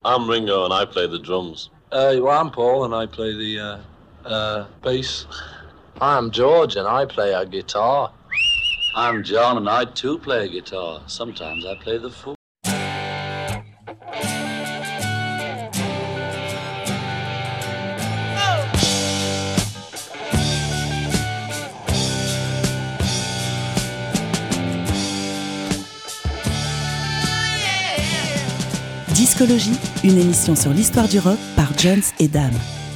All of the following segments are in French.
I'm Ringo and I play the drums. Well, I'm Paul and I play the bass. I'm George and I play a guitar. I'm John and I too play a guitar. Sometimes I play the fool. Discologie, une émission sur l'histoire du rock par Jones et Dame.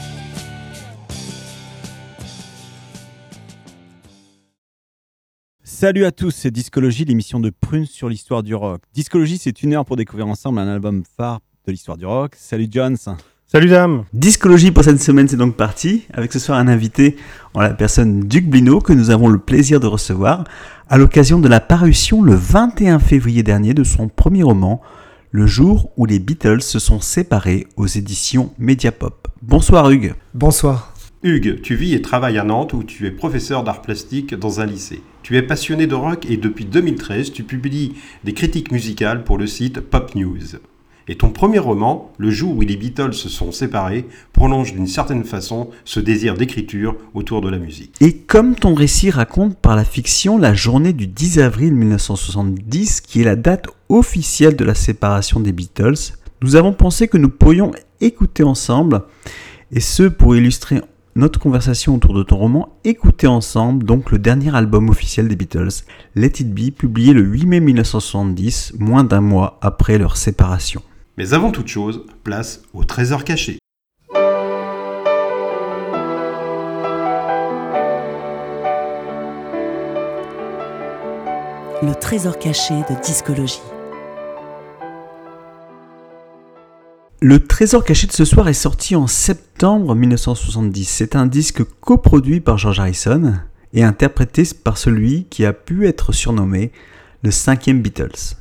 Salut à tous, c'est Discologie, l'émission de Prune sur l'histoire du rock. Discologie, c'est une heure pour découvrir ensemble un album phare de l'histoire du rock. Salut Jones. Salut Dame. Discologie pour cette semaine, c'est donc parti, avec ce soir un invité en la personne d'Hugues Blino, que nous avons le plaisir de recevoir, à l'occasion de la parution le 21 février dernier de son premier roman, Le jour où les Beatles se sont séparés, aux éditions Mediapop. Bonsoir Hugues. Bonsoir. Hugues, tu vis et travailles à Nantes où tu es professeur d'art plastique dans un lycée. Tu es passionné de rock et depuis 2013, tu publies des critiques musicales pour le site Pop News. Et ton premier roman, Le jour où les Beatles se sont séparés, prolonge d'une certaine façon ce désir d'écriture autour de la musique. Et comme ton récit raconte par la fiction la journée du 10 avril 1970, qui est la date officielle de la séparation des Beatles, nous avons pensé que nous pourrions écouter ensemble, et ce pour illustrer notre conversation autour de ton roman, écouter ensemble donc le dernier album officiel des Beatles, Let It Be, publié le 8 mai 1970, moins d'un mois après leur séparation. Mais avant toute chose, place au trésor caché. Le trésor caché de Discologie. Le trésor caché de ce soir est sorti en septembre 1970. C'est un disque coproduit par George Harrison et interprété par celui qui a pu être surnommé le 5e Beatles.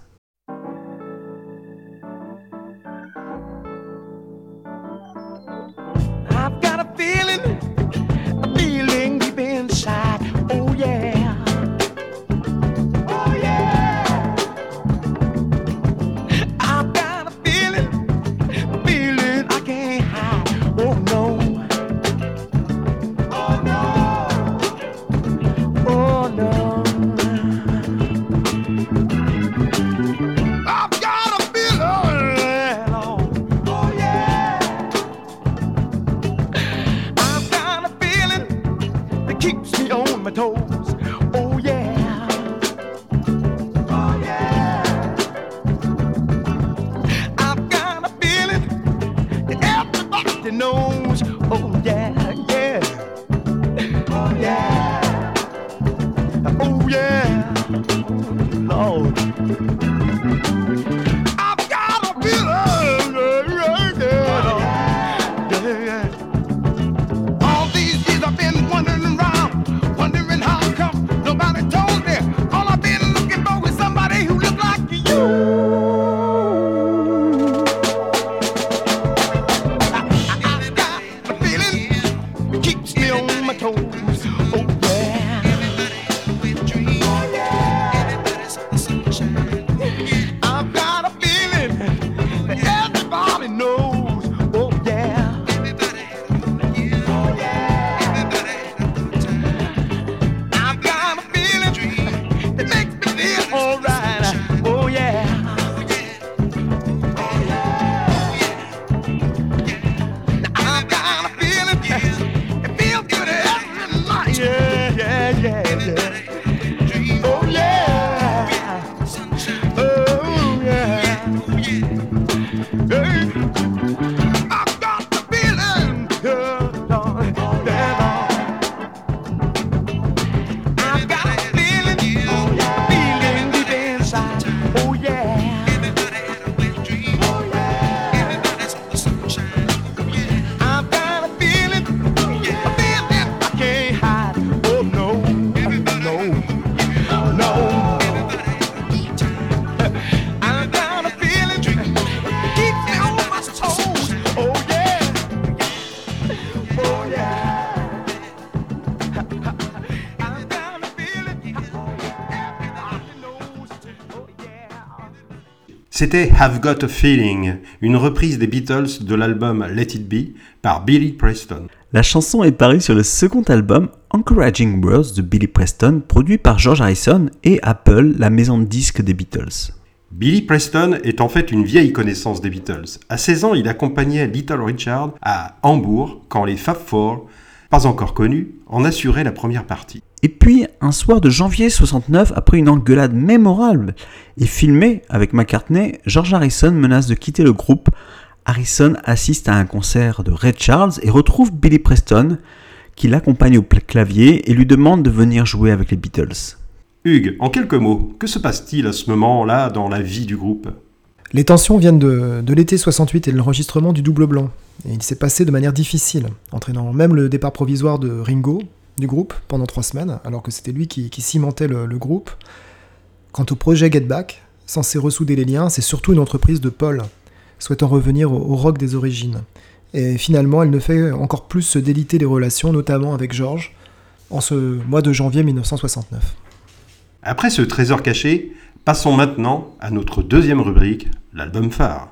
C'était Have Got a Feeling, une reprise des Beatles de l'album Let It Be par Billy Preston. La chanson est parue sur le second album Encouraging Words de Billy Preston, produit par George Harrison et Apple, la maison de disques des Beatles. Billy Preston est en fait une vieille connaissance des Beatles. À 16 ans, il accompagnait Little Richard à Hambourg quand les Fab Four, pas encore connus, en assuraient la première partie. Et puis, un soir de janvier 69, après une engueulade mémorable et filmée avec McCartney, George Harrison menace de quitter le groupe. Harrison assiste à un concert de Ray Charles et retrouve Billy Preston, qui l'accompagne au clavier et lui demande de venir jouer avec les Beatles. Hugues, en quelques mots, que se passe-t-il à ce moment-là dans la vie du groupe ? Les tensions viennent de l'été 68 et de l'enregistrement du double blanc. Et il s'est passé de manière difficile, entraînant même le départ provisoire de Ringo du groupe pendant 3 semaines, alors que c'était lui qui cimentait le groupe. Quant au projet Get Back, censé ressouder les liens, c'est surtout une entreprise de Paul, souhaitant revenir au rock des origines. Et finalement, elle ne fait encore plus se déliter les relations, notamment avec George, en ce mois de janvier 1969. Après ce trésor caché, passons maintenant à notre deuxième rubrique, l'album phare.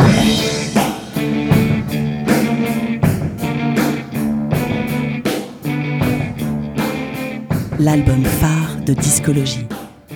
L'album phare de Discologie.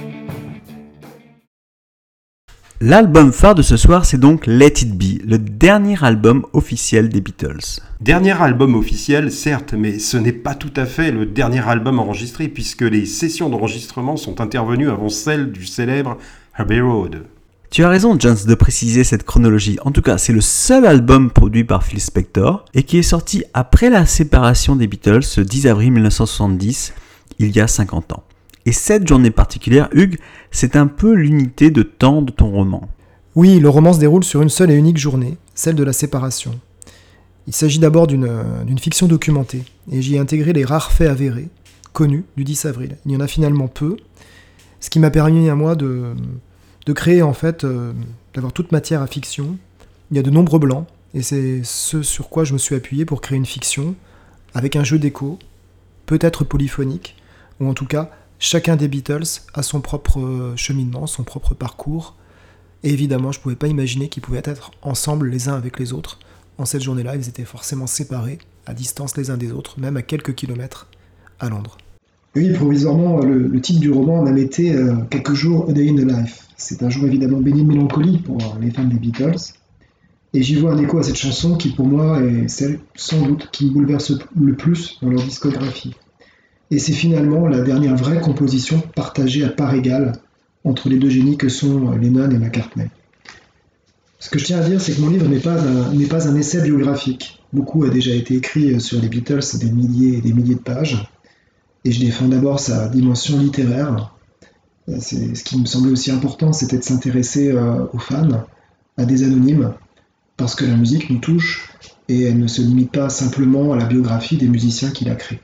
L'album phare de ce soir, c'est donc Let It Be, le dernier album officiel des Beatles. Dernier album officiel, certes, mais ce n'est pas tout à fait le dernier album enregistré puisque les sessions d'enregistrement sont intervenues avant celles du célèbre Abbey Road. Tu as raison, Jones, de préciser cette chronologie. En tout cas, c'est le seul album produit par Phil Spector et qui est sorti après la séparation des Beatles, le 10 avril 1970, il y a 50 ans. Et cette journée particulière, Hugues, c'est un peu l'unité de temps de ton roman. Oui, le roman se déroule sur une seule et unique journée, celle de la séparation. Il s'agit d'abord d'une fiction documentée, et j'y ai intégré les rares faits avérés, connus, du 10 avril. Il y en a finalement peu, ce qui m'a permis à moi de créer, en fait, d'avoir toute matière à fiction. Il y a de nombreux blancs, et c'est ce sur quoi je me suis appuyé pour créer une fiction, avec un jeu d'écho, peut-être polyphonique, ou en tout cas, chacun des Beatles a son propre cheminement, son propre parcours, et évidemment, je ne pouvais pas imaginer qu'ils pouvaient être ensemble les uns avec les autres. En cette journée-là, ils étaient forcément séparés, à distance les uns des autres, même à quelques kilomètres, à Londres. Oui, provisoirement, le titre du roman en a été quelques jours A Day in the Life. C'est un jour évidemment béni de mélancolie pour les fans des Beatles. Et j'y vois un écho à cette chanson qui, pour moi, est celle, sans doute, qui me bouleverse le plus dans leur discographie. Et c'est finalement la dernière vraie composition partagée à part égale entre les deux génies que sont Lennon et McCartney. Ce que je tiens à dire, c'est que mon livre n'est pas un essai biographique. Beaucoup a déjà été écrit sur les Beatles, des milliers et des milliers de pages. Et je défends d'abord sa dimension littéraire. Ce qui me semblait aussi important, c'était de s'intéresser aux fans, à des anonymes, parce que la musique nous touche et elle ne se limite pas simplement à la biographie des musiciens qui la créent.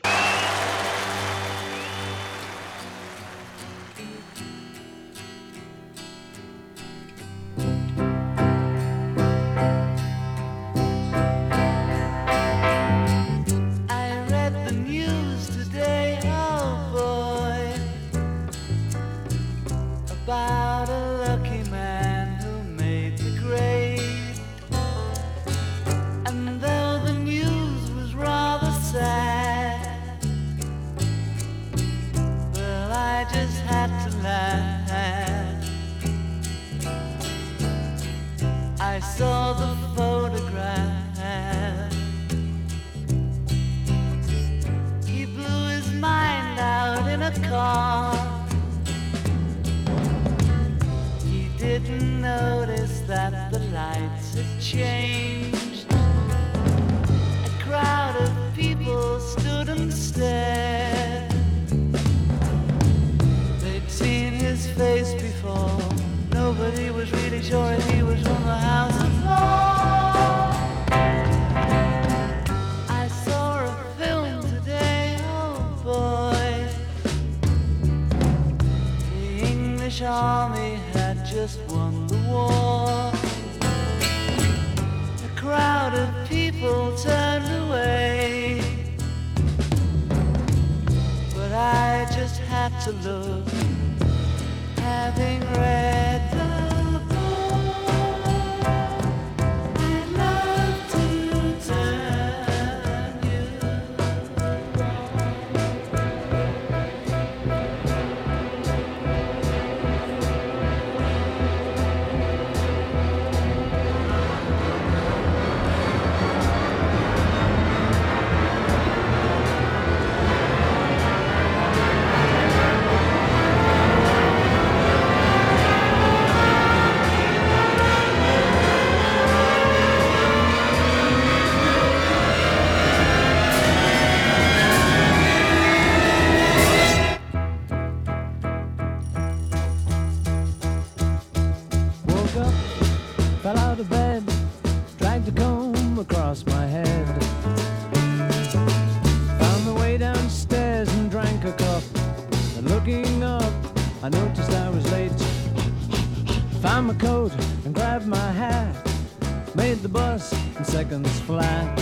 Army had just won the war. A crowd of people turned away, but I just had to look, having read the book. to bed, dragged a comb across my head. Found the way downstairs and drank a cup. And looking up, I noticed I was late. Found my coat and grabbed my hat. Made the bus in seconds flat.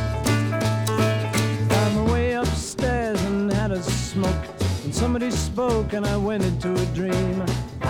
Found my way upstairs and had a smoke. And somebody spoke and I went into a dream.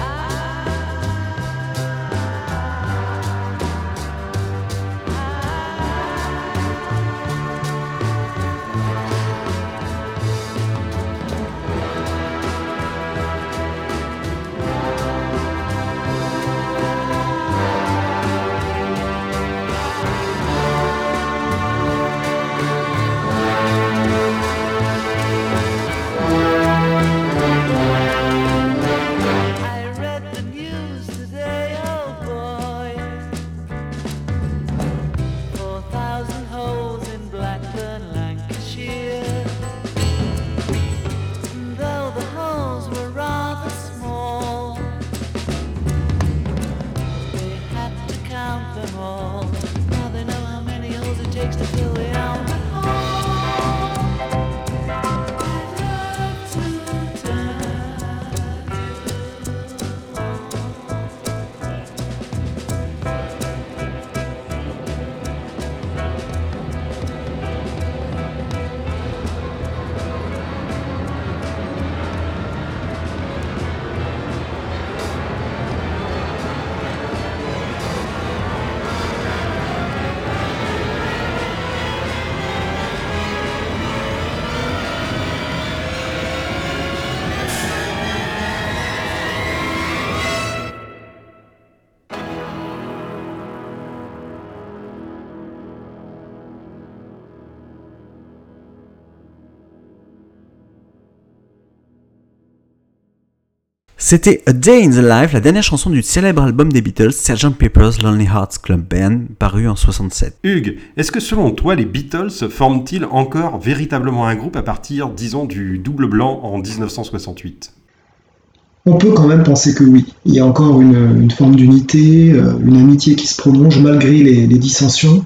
C'était A Day in the Life, la dernière chanson du célèbre album des Beatles, Sgt. Pepper's Lonely Hearts Club Band, paru en 67. Hugues, est-ce que selon toi, les Beatles forment-ils encore véritablement un groupe à partir, disons, du double blanc en 1968 ? On peut quand même penser que oui. Il y a encore une forme d'unité, une amitié qui se prolonge malgré les dissensions.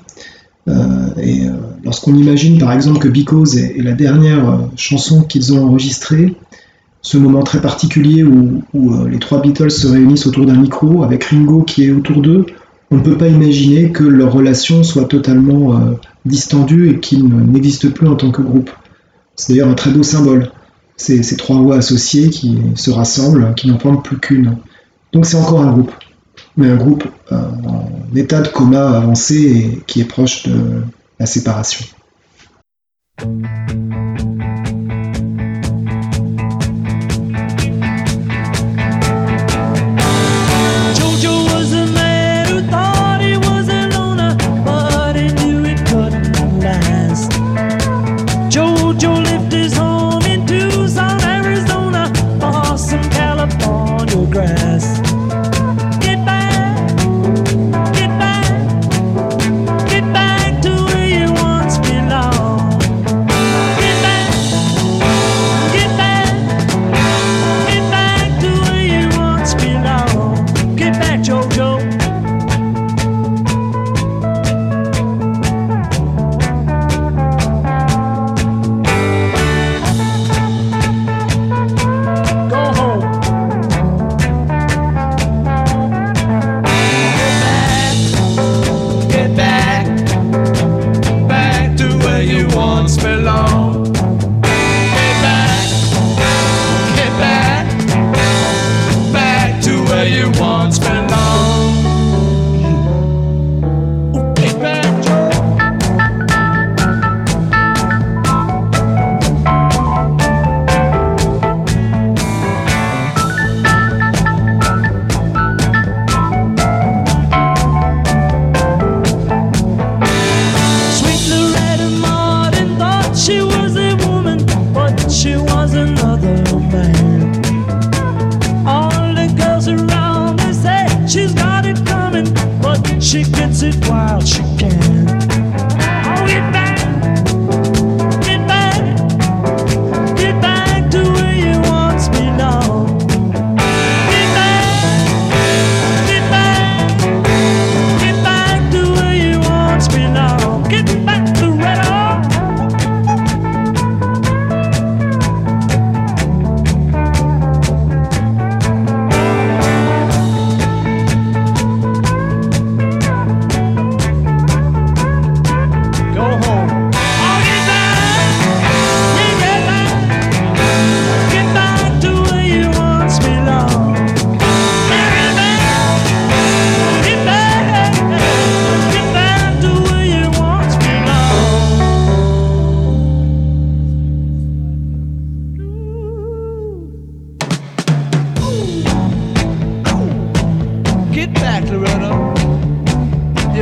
Lorsqu'on imagine par exemple que Because est la dernière chanson qu'ils ont enregistrée, ce moment très particulier où les trois Beatles se réunissent autour d'un micro avec Ringo qui est autour d'eux, on ne peut pas imaginer que leur relation soit totalement distendue et qu'ils n'existent plus en tant que groupe. C'est d'ailleurs un très beau symbole. Ces trois voix associées qui se rassemblent, qui n'en forment plus qu'une. Donc c'est encore un groupe, mais un groupe en état de coma avancé et qui est proche de la séparation.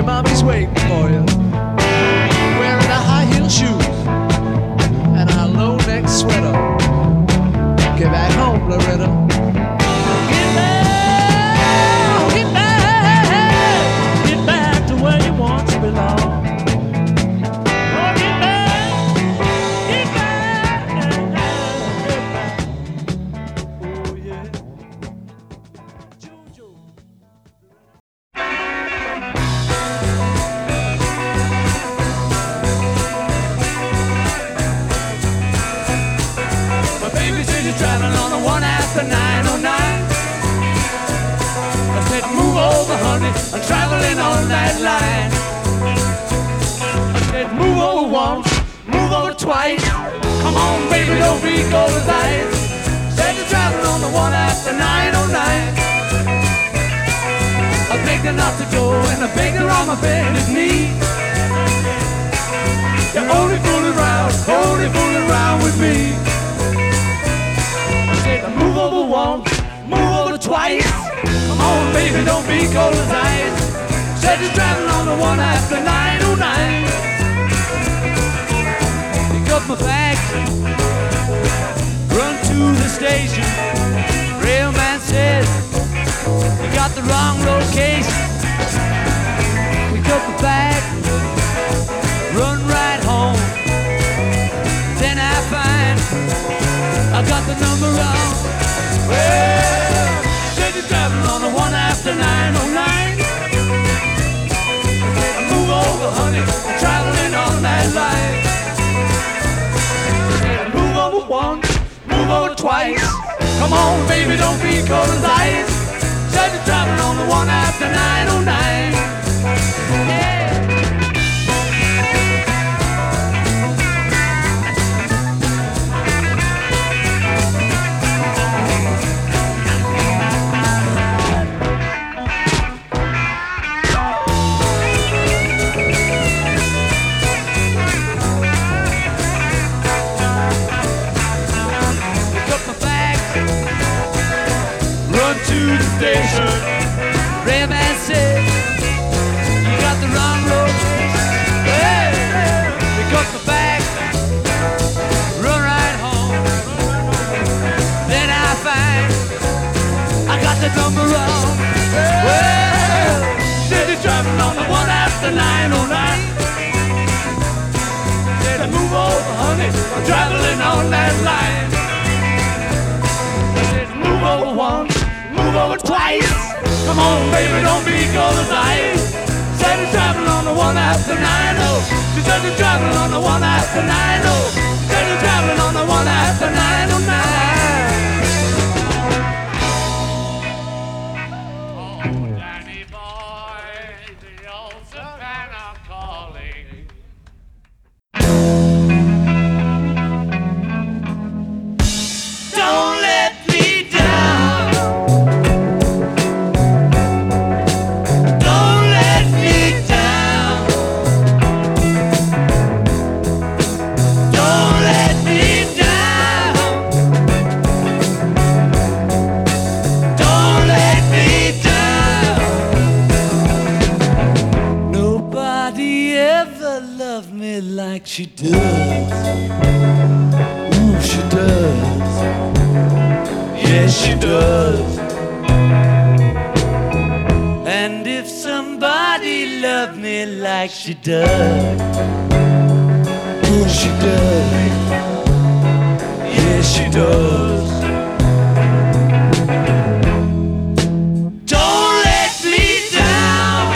your mommy's waiting for you, wearing a high heel shoes and a low neck sweater. Get back home, Loretta. Get back, get back, get back to where you once belonged. Driving on the one after 909. I said, move over, honey, I'm traveling on that line. I said, move over once, move over twice. Come on, baby, don't be cold as ice. Said you're driving on the one after 909. I begged her not to go, and I begged her on my bended knee. You're only fooling around with me. Move over once, move over twice. Come on, baby, don't be cold as ice. Said you're driving on the one after 909. Pick up my bags, run to the station. Railman said you got the wrong location. Pick up the bag, run right home. Then I find I got the number wrong. Well, said you're driving on the one after 909. Move over, honey, I'm traveling on that line. Move over once, move over twice. Come on, baby, don't be cold as ice. Said you're driving on the one after 909. Yeah. To the station, Rayman said you got the wrong road. Hey, pick up the bag, run right home. Then I find I got the number wrong. Well, said you're driving on the one after 909. Said move over, honey, I'm traveling on that line. Said move over once, move over twice. Come on, baby, don't be cold as ice. Said you're driving on the one after 9-0. She said you're driving on the one after 9-0. Said you're driving on the one after 909. Oh, Danny boy, the old Savannah calling. Don't let me down. Don't let me down. Don't let me down. Don't let me down. Nobody ever loved me like she does. Ooh, she does. Yes, she does. And if somebody loved me like she does, oh, she does. Yes, she does. Don't let me down.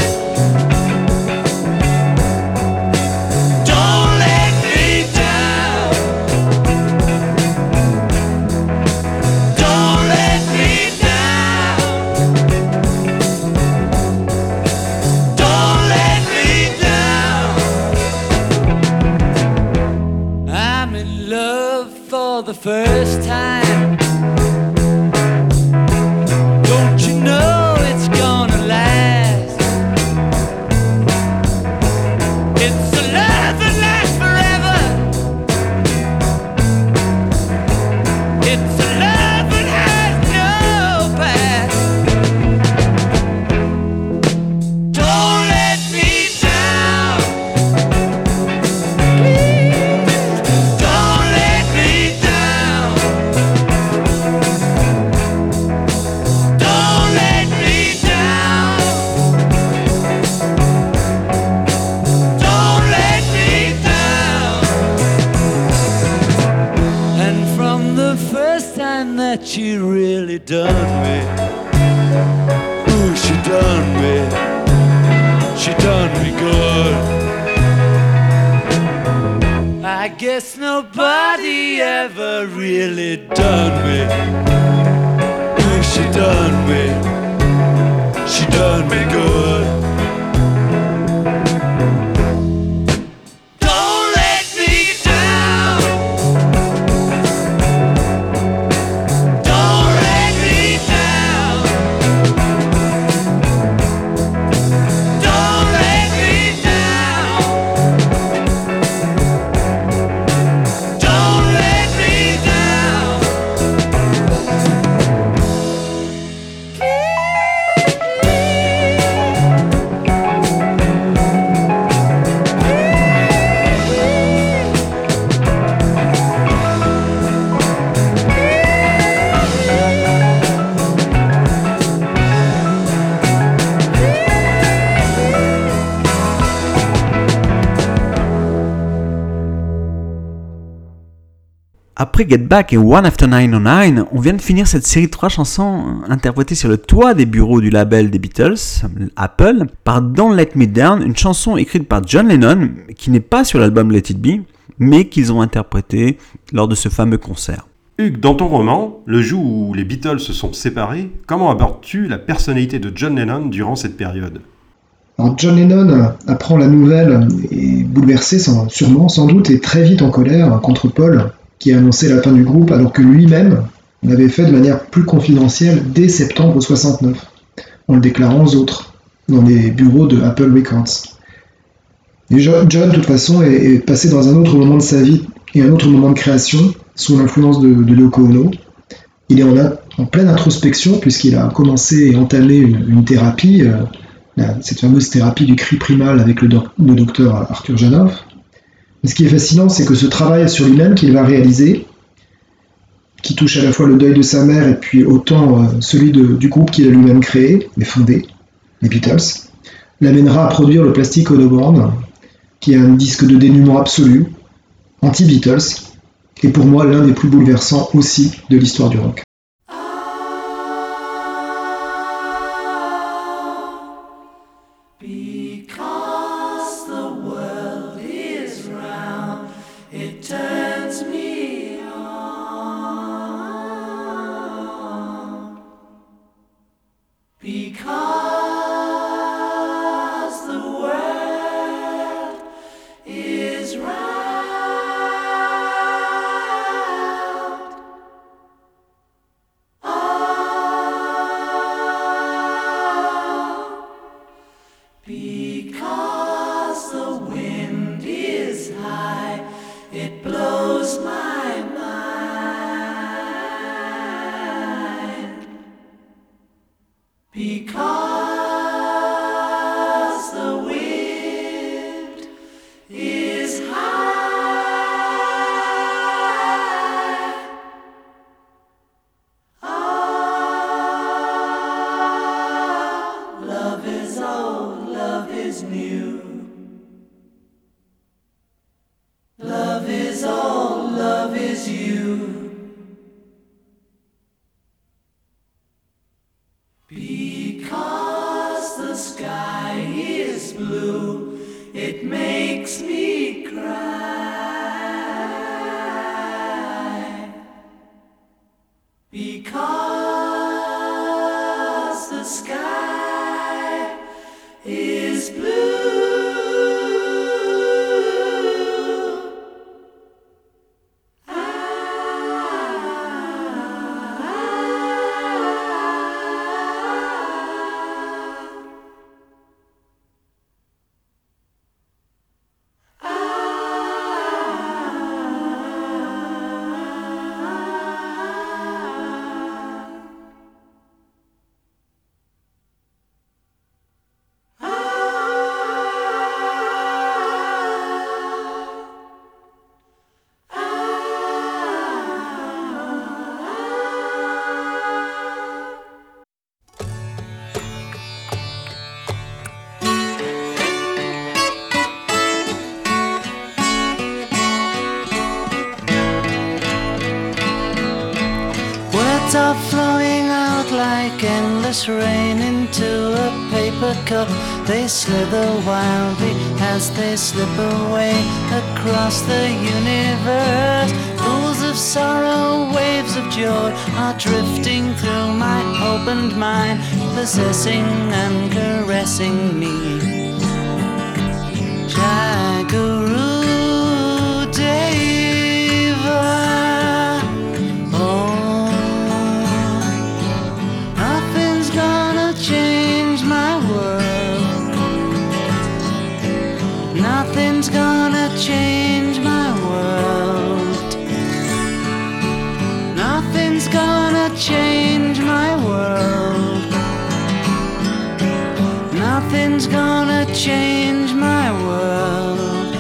Don't let me down. Don't let me down. Don't let me down. I'm in love for the first time. Don't you know it's gonna last? It's a love that lasts forever. It's a love that has no past. Don't let me guess nobody ever really done me. Oh, she done me. She done me good. Don't let me down. Don't let me down. Don't let me down. Don't let me down. Après Get Back et One After 909, on vient de finir cette série de 3 chansons interprétées sur le toit des bureaux du label des Beatles, Apple, par Don't Let Me Down, une chanson écrite par John Lennon, qui n'est pas sur l'album Let It Be, mais qu'ils ont interprétée lors de ce fameux concert. Hugues, dans ton roman, le jour où les Beatles se sont séparés, comment abordes-tu la personnalité de John Lennon durant cette période ? Alors John Lennon apprend la nouvelle et bouleversé, sûrement, sans doute, et très vite en colère contre Paul, qui a annoncé la fin du groupe alors que lui-même l'avait fait de manière plus confidentielle dès septembre 69, en le déclarant aux autres, dans les bureaux de Apple Records. Et John, de toute façon, est passé dans un autre moment de sa vie et un autre moment de création, sous l'influence de Yoko Ono. Il est en pleine introspection, puisqu'il a commencé et entamé une thérapie, cette fameuse thérapie du cri primal avec le docteur Arthur Janov. Mais ce qui est fascinant, c'est que ce travail sur lui-même qu'il va réaliser, qui touche à la fois le deuil de sa mère et puis autant celui du groupe qu'il a lui-même créé, mais fondé, les Beatles, l'amènera à produire le Plastic Ono Band, qui est un disque de dénuement absolu, anti-Beatles, et pour moi l'un des plus bouleversants aussi de l'histoire du rock. Are flowing out like endless rain into a paper cup. They slither wildly as they slip away across the universe. Pools of sorrow, waves of joy are drifting through my opened mind, possessing and caressing me. Jai Guru Deva. Oh, nothing's gonna change my world. Nothing's gonna change my world. Nothing's gonna change my world. Nothing's gonna change my world.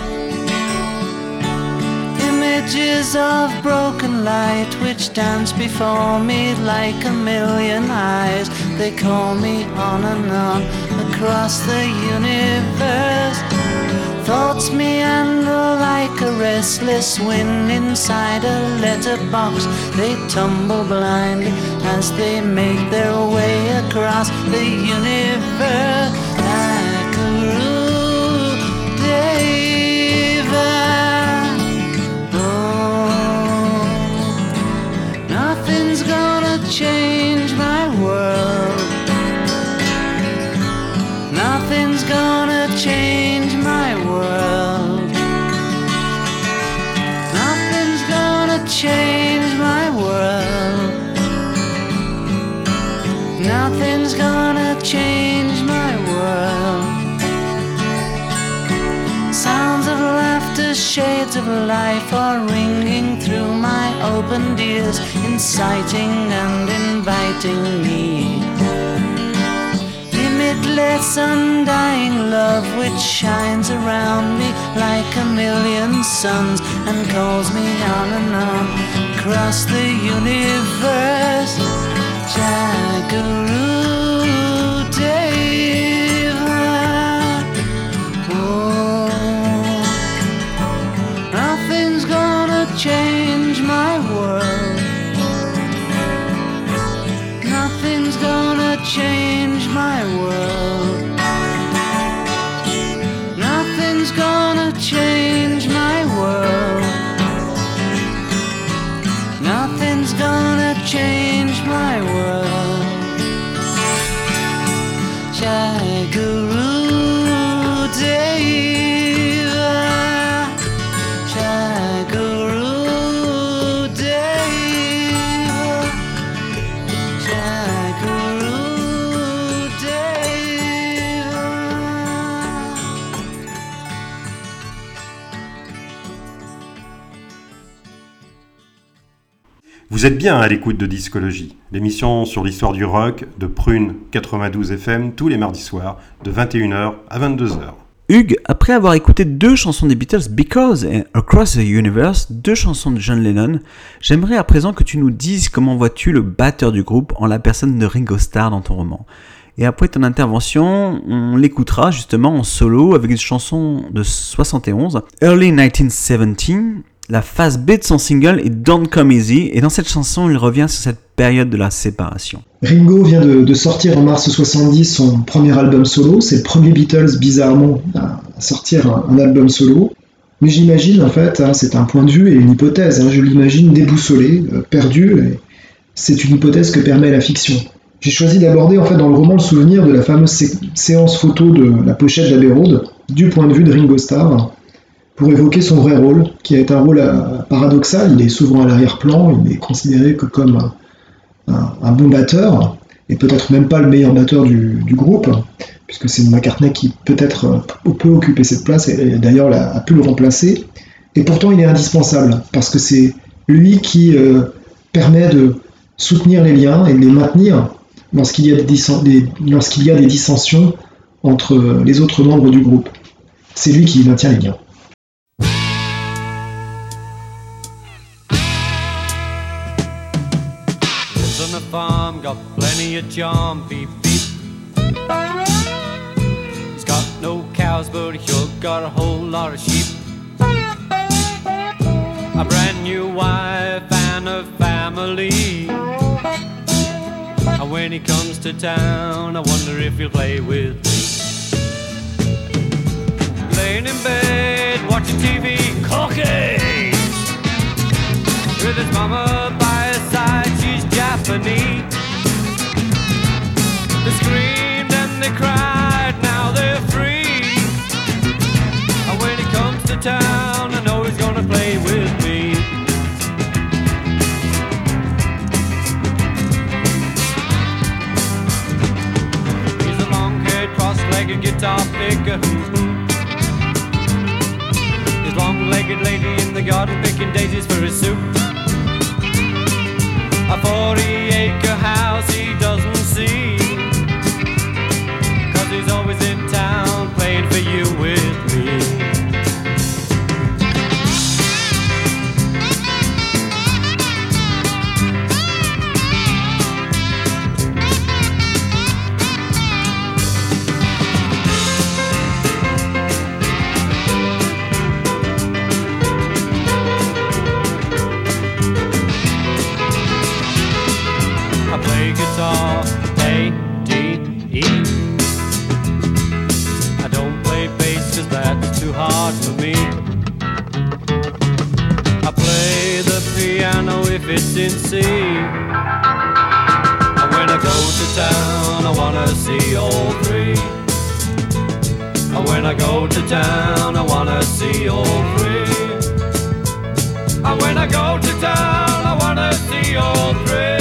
Images of broken light which dance before me like a million eyes. They call me on and on across the universe. Thoughts meander like a restless wind inside a letterbox. They tumble blindly as they make their way across the universe. Guru Deva. Oh, nothing's gonna change my world. Nothing's gonna change my world. Nothing's gonna change my world. Nothing's gonna change my world. Sounds of laughter, shades of life are ringing through my opened ears, inciting and inviting me. Limitless, undying love which shines around me like a million suns and calls me on and on across the universe. Jai Guru Deva. Oh, nothing's gonna change my world. Nothing's gonna change my world. Nothing's gonna change my world. Nothing's gonna change my world. Jai Guru Deva. Jai Guru Deva. Jai Guru Deva. Vous êtes bien à l'écoute de Discologie, l'émission sur l'histoire du rock de Prune 92 FM tous les mardis soirs de 21h à 22h. Hugues, après avoir écouté deux chansons des Beatles, Because et Across the Universe, deux chansons de John Lennon, j'aimerais à présent que tu nous dises comment vois-tu le batteur du groupe en la personne de Ringo Starr dans ton roman. Et après ton intervention, on l'écoutera justement en solo avec une chanson de 71, Early 1917. La phase B de son single est Don't Come Easy, et dans cette chanson, il revient sur cette période de la séparation. Ringo vient de sortir en mars 70 son premier album solo. C'est le premier Beatles, bizarrement, à sortir un album solo. Mais j'imagine, en fait, c'est un point de vue et une hypothèse, je l'imagine déboussolé, perdu, et c'est une hypothèse que permet la fiction. J'ai choisi d'aborder, en fait, dans le roman, le souvenir de la fameuse séance photo de la pochette d'Abbey Road, du point de vue de Ringo Starr, pour évoquer son vrai rôle, qui est un rôle paradoxal. Il est souvent à l'arrière-plan, il est considéré que comme un bon batteur, et peut-être même pas le meilleur batteur du groupe, puisque c'est McCartney qui peut-être peut occuper cette place, et d'ailleurs a pu le remplacer. Et pourtant il est indispensable, parce que c'est lui qui permet de soutenir les liens et de les maintenir lorsqu'il y a des dissensions entre les autres membres du groupe. C'est lui qui maintient les liens. On the farm, got plenty of charm, beep beep. He's got no cows, but he sure got a whole lot of sheep. A brand new wife and a family. And when he comes to town, I wonder if he'll play with me. laying in bed, watching TV, cocaine. With his mama by his side, she's Japanese. They screamed and they cried, now they're free. And when he comes to town, I know he's gonna play with me. He's a long-haired, cross-legged guitar picker. His long-legged lady in the garden picking daisies for his soup. A 40-acre house he doesn't see, 'cause he's always in town playing for you with me. I play guitar, A, D, E. I don't play bass 'cause that's too hard for me. I play the piano if it's in C. And when I go to town, I wanna see all three. And when I go to town, I wanna see all three. And when I go to town, I wanna see all three.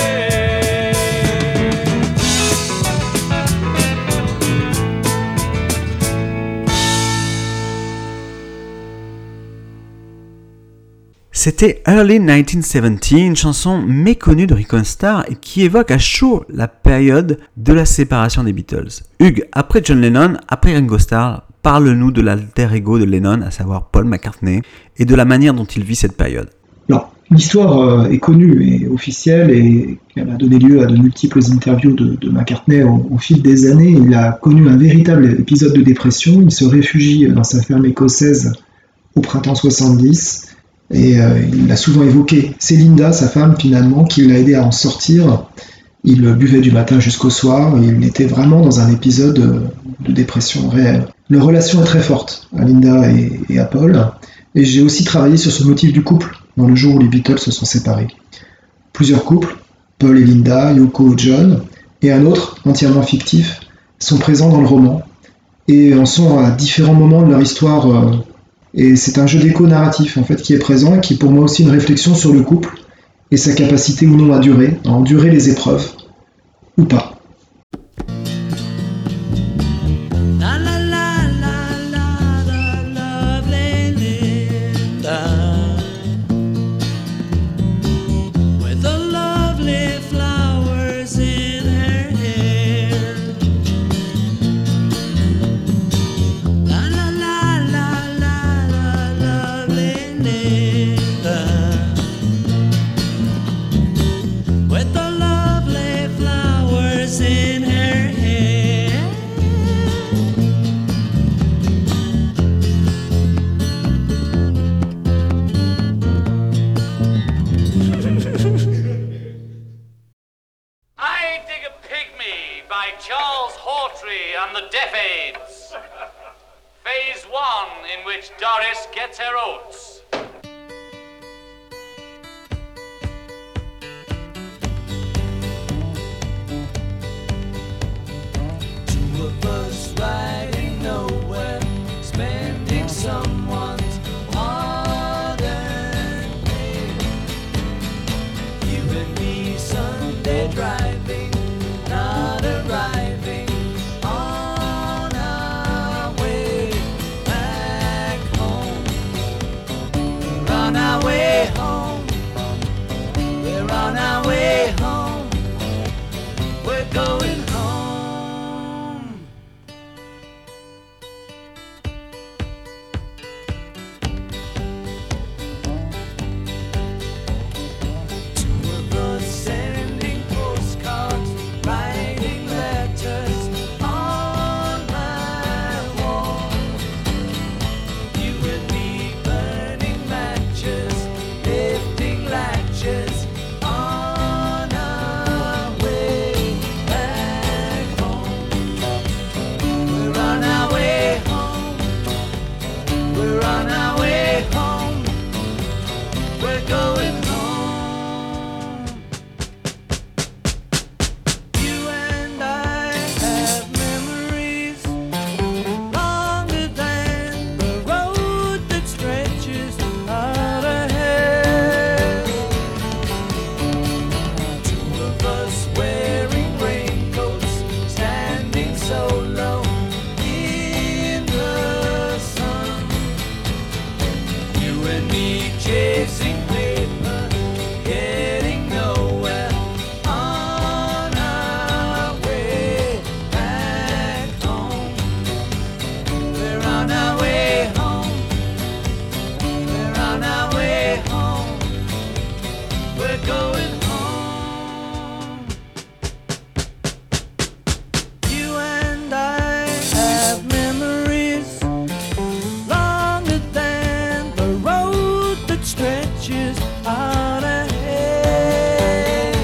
C'était Early 1970, une chanson méconnue de Ringo Starr et qui évoque à chaud la période de la séparation des Beatles. Hugues, après John Lennon, après Ringo Starr, parle-nous de l'alter ego de Lennon, à savoir Paul McCartney, et de la manière dont il vit cette période. Alors, l'histoire est connue et officielle et elle a donné lieu à de multiples interviews de McCartney au fil des années. Il a connu un véritable épisode de dépression. Il se réfugie dans sa ferme écossaise au printemps 70. Et il l'a souvent évoqué. C'est Linda, sa femme, finalement, qui l'a aidé à en sortir. Il buvait du matin jusqu'au soir. Et il était vraiment dans un épisode de dépression réelle. Leur relation est très forte, à Linda et à Paul. Et j'ai aussi travaillé sur ce motif du couple, dans le jour où les Beatles se sont séparés. Plusieurs couples, Paul et Linda, Yoko et John, et un autre, entièrement fictif, sont présents dans le roman. Et en sont à différents moments de leur histoire. Et c'est un jeu d'écho narratif en fait qui est présent et qui est pour moi aussi une réflexion sur le couple et sa capacité ou non à endurer les épreuves ou pas. Phase 1, in which Doris gets her oats. Two of us riding nowhere, spending someone's hard-earned day. You and me Sunday driving, not arriving. On our way home, we're on our way home, we're going home. Two of us sending postcards, writing letters on my wall. You and me burning matches, lifting latches on We're on our way home. We're going home. You and I have memories longer than the road that stretches out ahead. Two of us wearing raincoats, standing so low in the sun. You and me chasing paper, getting nowhere on our way back home. We're on our way home. We're on our way home. We're going home. You and I have memories longer than the road that stretches out ahead.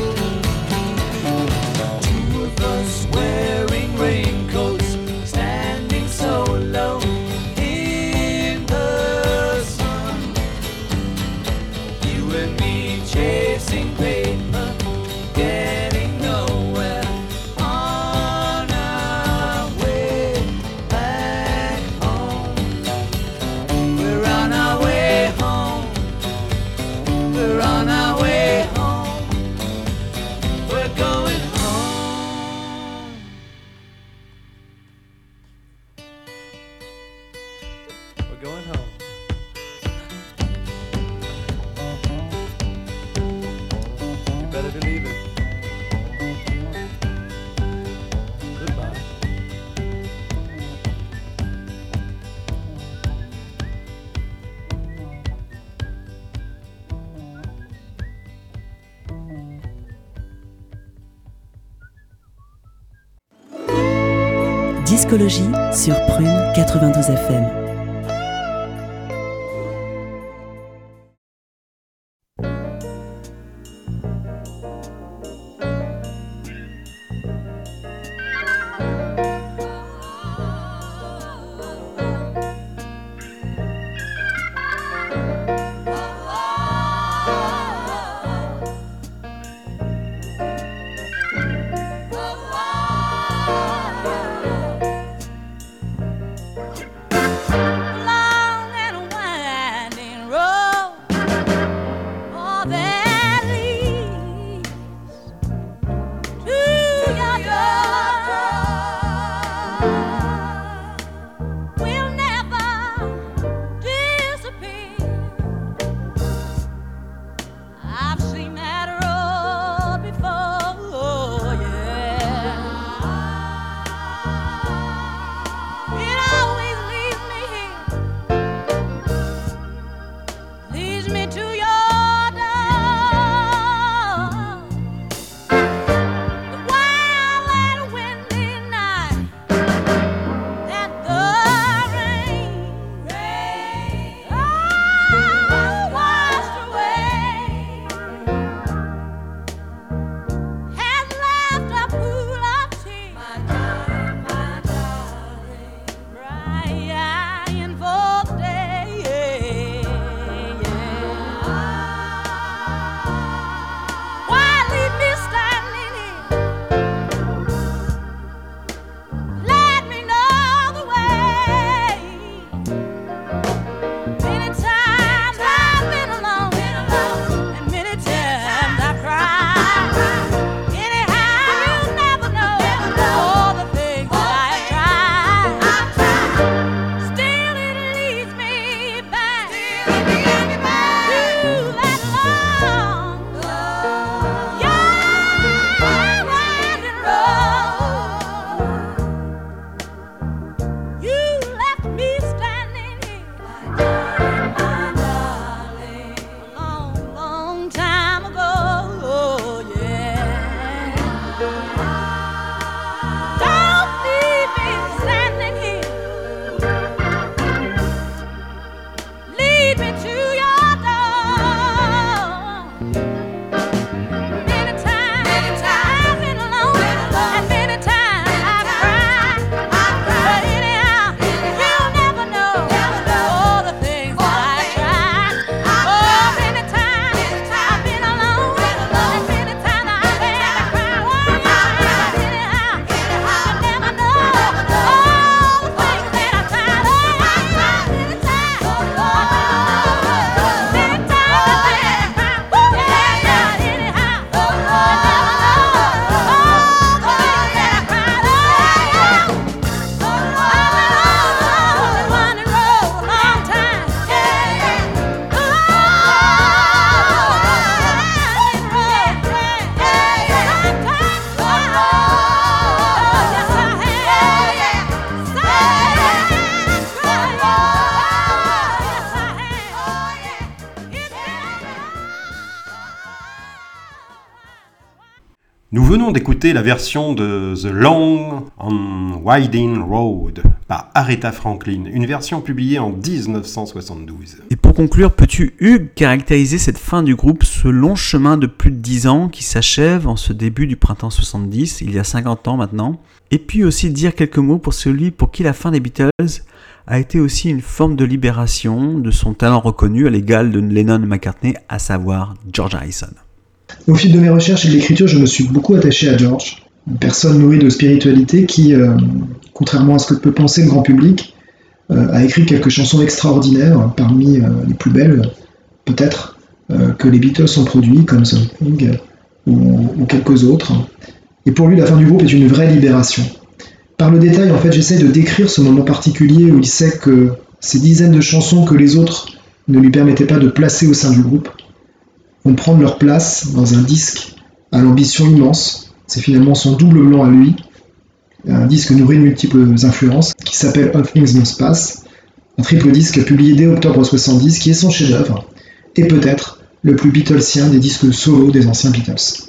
Two of us wearing raincoats, standing so low in the sun. You and me chasing paper, getting nowhere on our way back home. We're on our way home. We're on our way home. We're going home. We're going home. You better believe it. Goodbye. Discologie sur Prune 92 FM. Nous venons d'écouter la version de The Long and Winding Road par Aretha Franklin, une version publiée en 1972. Et pour conclure, peux-tu, Hugues, caractériser cette fin du groupe, ce long chemin de plus de 10 ans qui s'achève en ce début du printemps 70, il y a 50 ans maintenant, et puis aussi dire quelques mots pour celui pour qui la fin des Beatles a été aussi une forme de libération de son talent reconnu à l'égal de Lennon et McCartney, à savoir George Harrison. Au fil de mes recherches et de l'écriture, je me suis beaucoup attaché à George, une personne nourrie de spiritualité qui, contrairement à ce que peut penser le grand public, a écrit quelques chansons extraordinaires, parmi les plus belles, peut-être, que les Beatles ont produit, comme Something ou quelques autres. Et pour lui, la fin du groupe est une vraie libération. Par le détail, en fait, j'essaie de décrire ce moment particulier où il sait que ces dizaines de chansons que les autres ne lui permettaient pas de placer au sein du groupe vont prendre leur place dans un disque à l'ambition immense. C'est finalement son double blanc à lui, un disque nourri de multiples influences, qui s'appelle All Things Must Pass, un triple disque publié dès octobre 70, qui est son chef-d'œuvre, et peut-être le plus Beatlesien des disques solo des anciens Beatles.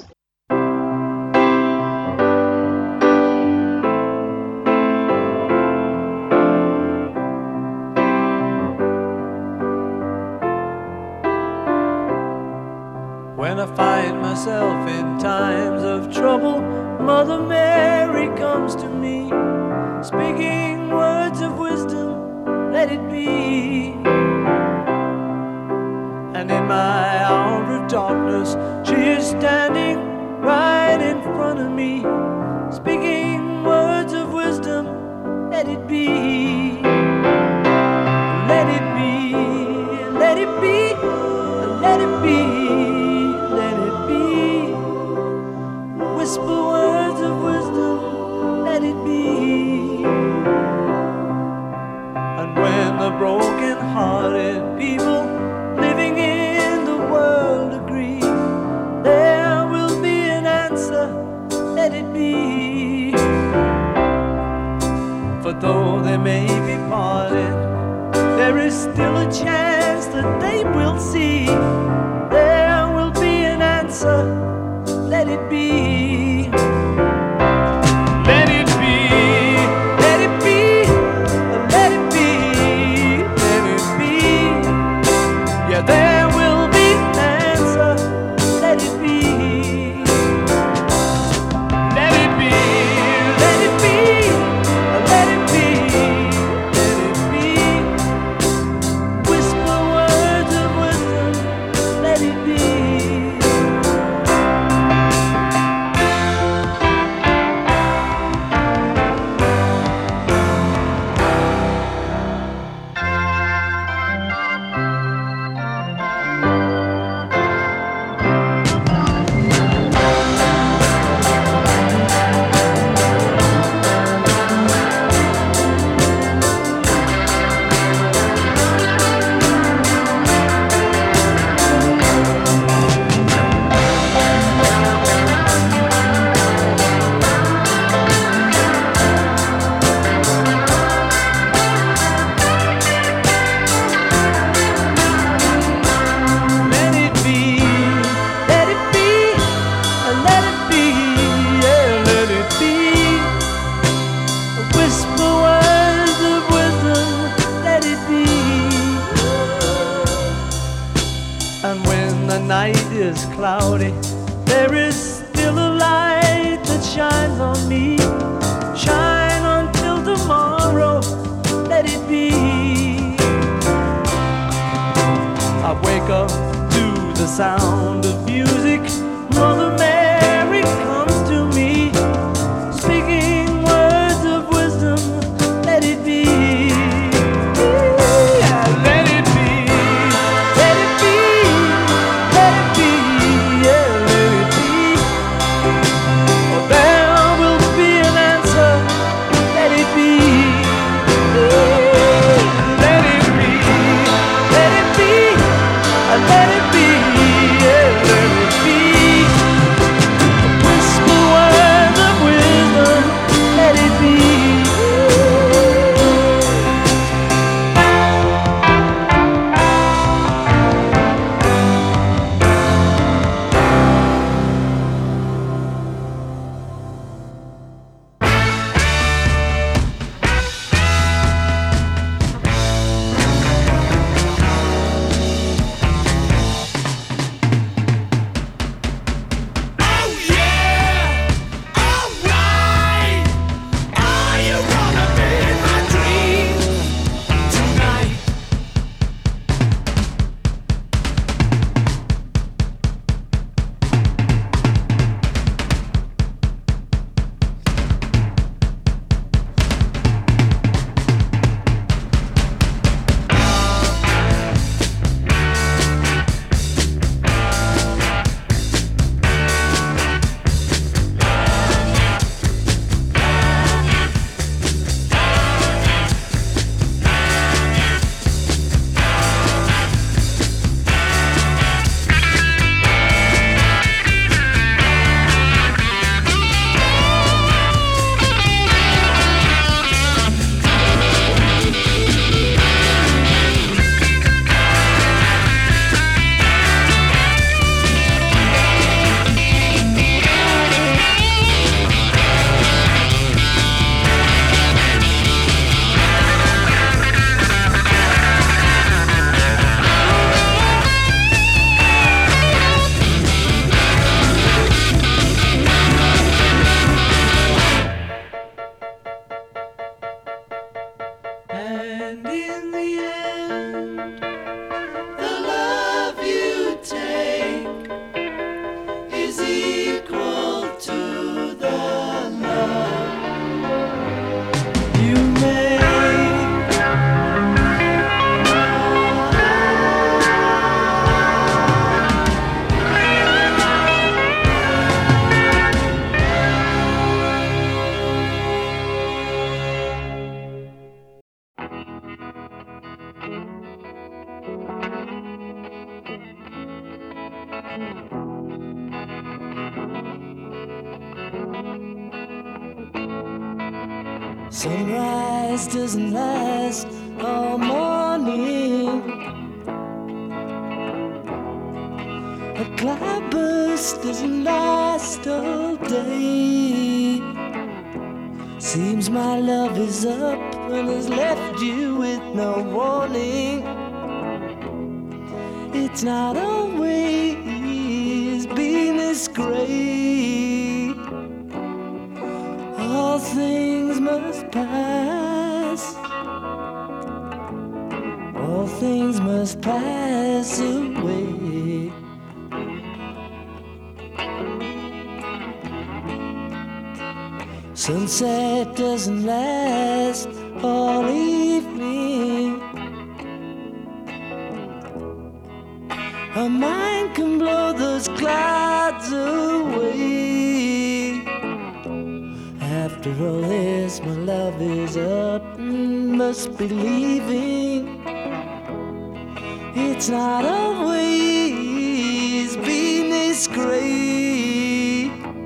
When I find myself in times of trouble, Mother Mary comes to me, speaking words of wisdom, let it be. And in my hour of darkness, she is standing right in front of me, speaking words of wisdom, let it be. Let it be, let it be, let it be. Whisper words of wisdom, let it be. And when the broken-hearted people living in the world agree, there will be an answer, let it be. For though they may be parted, there is still a chance that they will see. There will be an answer, let it be. Let it be, let it be, let it be, let it be. Yeah, there will be an answer, let it be. Let it be, let it be, let it be, let it be. Whisper words of wisdom, let it be. Cloudy, there is still a light that shines on me. Shine until tomorrow, let it be. I wake up to the sound of music. Mother Mary comes to me, speaking words of wisdom, let it be. Let it be, Sunrise doesn't last all morning. A cloudburst doesn't last all day. Seems my love is up and has left you with no warning. It's not always been this great. All things must pass. All things must pass away. Sunset doesn't last all evening. A mind can blow those clouds away. After all this, my love is up and must be leaving. It's not always been this great.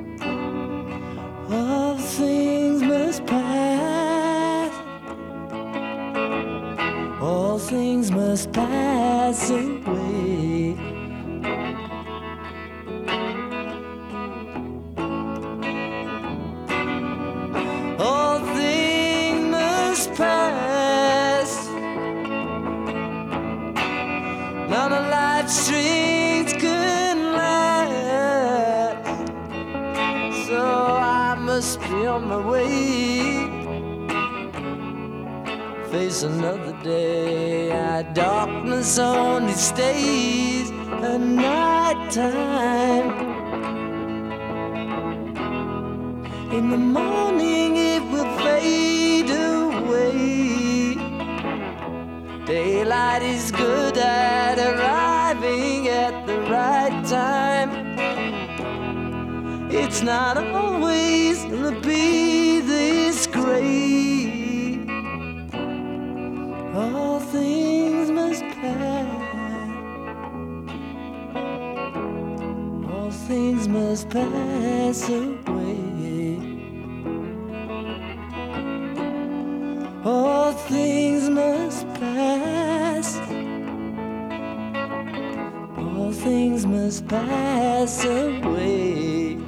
All things must pass. All things must pass away. All things must pass. None of life's strings can last. So I must be on my way. Face another day. Darkness only stays at night time. In the morning it will fade away. Daylight is good at arriving at the right time. It's not always gonna be this great. All things must pass. All things must pass away. All things must pass. All things must pass away.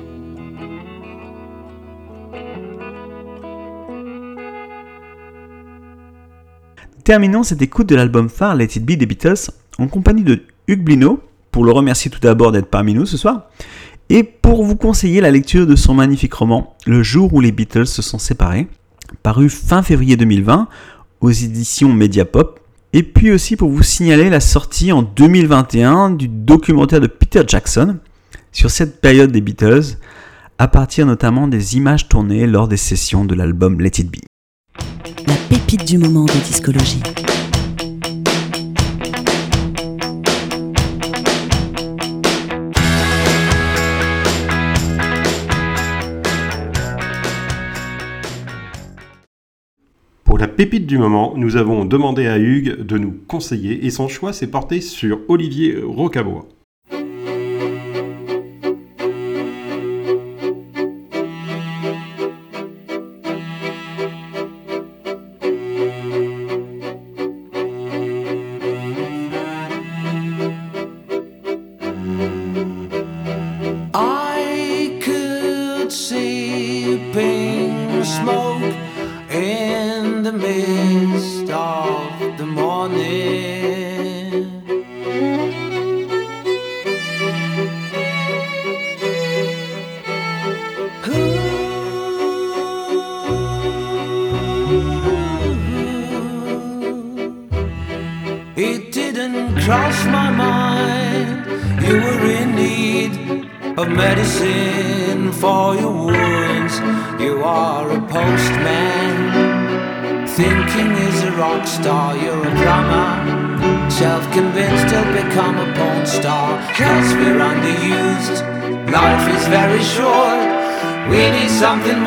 Terminons cette écoute de l'album phare Let It Be des Beatles en compagnie de Hugues Blino, pour le remercier tout d'abord d'être parmi nous ce soir, et pour vous conseiller la lecture de son magnifique roman Le jour où les Beatles se sont séparés, paru fin février 2020 aux éditions Mediapop, et puis aussi pour vous signaler la sortie en 2021 du documentaire de Peter Jackson sur cette période des Beatles, à partir notamment des images tournées lors des sessions de l'album Let It Be. La pépite du moment de discologie. Pour la pépite du moment, nous avons demandé à Hugues de nous conseiller et son choix s'est porté sur Olivier Rocabois. It didn't cross my mind you were in need of medicine for your wounds. You are a postman, thinking is a rock star. You're a plumber, self-convinced to become a porn star. 'Cause we're underused, life is very short. We need something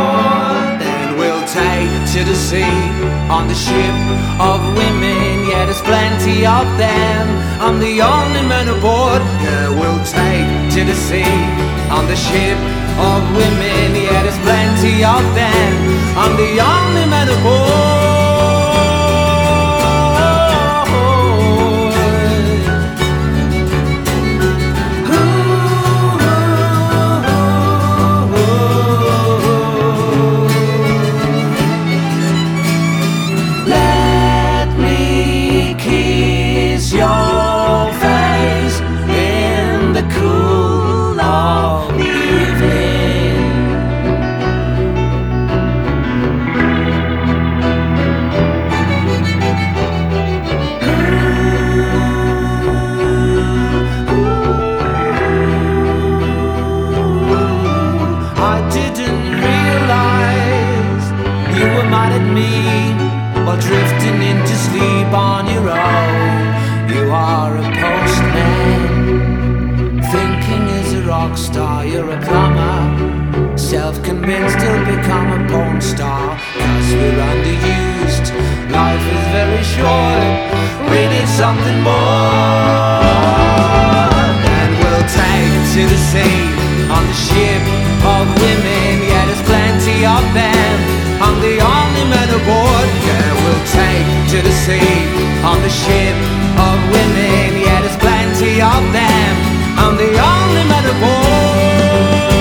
more. Then we'll take to the sea on the ship of women, yet there's plenty of them. I'm the only man aboard, yeah, we'll take to the sea. On the ship of women, yeah, there's plenty of them. I'm the only man aboard. Drifting into sleep on your own. You are a postman, thinking as a rock star. You're a plumber, self-convinced you'll become a porn star. Cause we're underused, life is very short. We need something more. And we'll take to the sea on the ship of women. Yeah, there's plenty of them. I'm the only man aboard, yeah, we'll take to the sea. On the ship of women, yeah, there's plenty of them. I'm the only man aboard.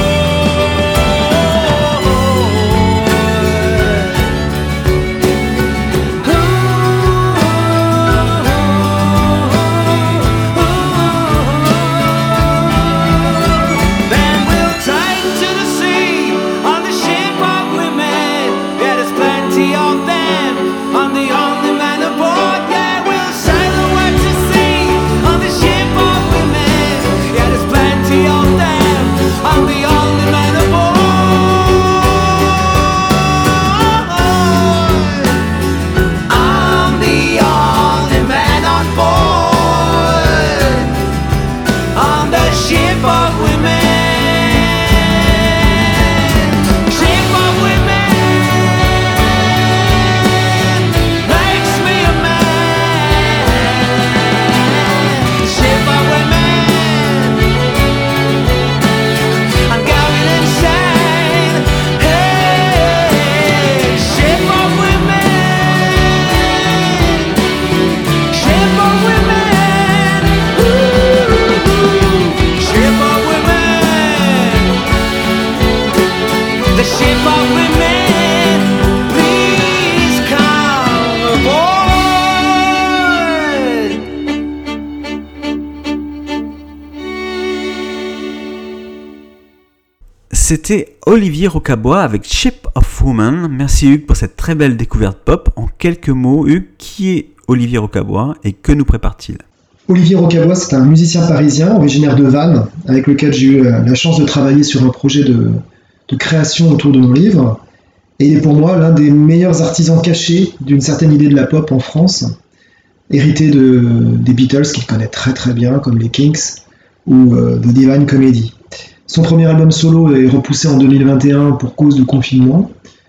C'était Olivier Rocabois avec Shape of Woman. Merci Hugues pour cette très belle découverte pop. En quelques mots, Hugues, qui est Olivier Rocabois et que nous prépare-t-il ? Olivier Rocabois, c'est un musicien parisien originaire de Vannes, avec lequel j'ai eu la chance de travailler sur un projet de création autour de mon livre. Et il est pour moi l'un des meilleurs artisans cachés d'une certaine idée de la pop en France, hérité des Beatles qu'il connaît très très bien, comme les Kinks ou The Divine Comedy. Son premier album solo est repoussé en 2021 pour cause de confinement,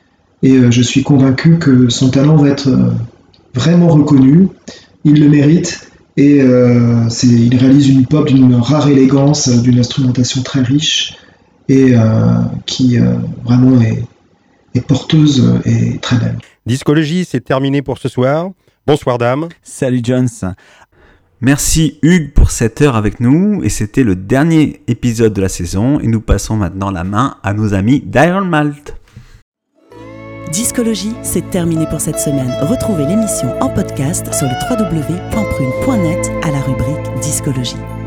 et je suis convaincu que son talent va être vraiment reconnu, il le mérite, et il réalise une pop d'une rare élégance, d'une instrumentation très riche, et qui vraiment est porteuse et très belle. Discologie, c'est terminé pour ce soir. Bonsoir dame. Salut Jones. Merci Hugues pour cette heure avec nous, et c'était le dernier épisode de la saison, et nous passons maintenant la main à nos amis d'Iron Malt. Discologie, c'est terminé pour cette semaine. Retrouvez l'émission en podcast sur le www.prune.net à la rubrique Discologie.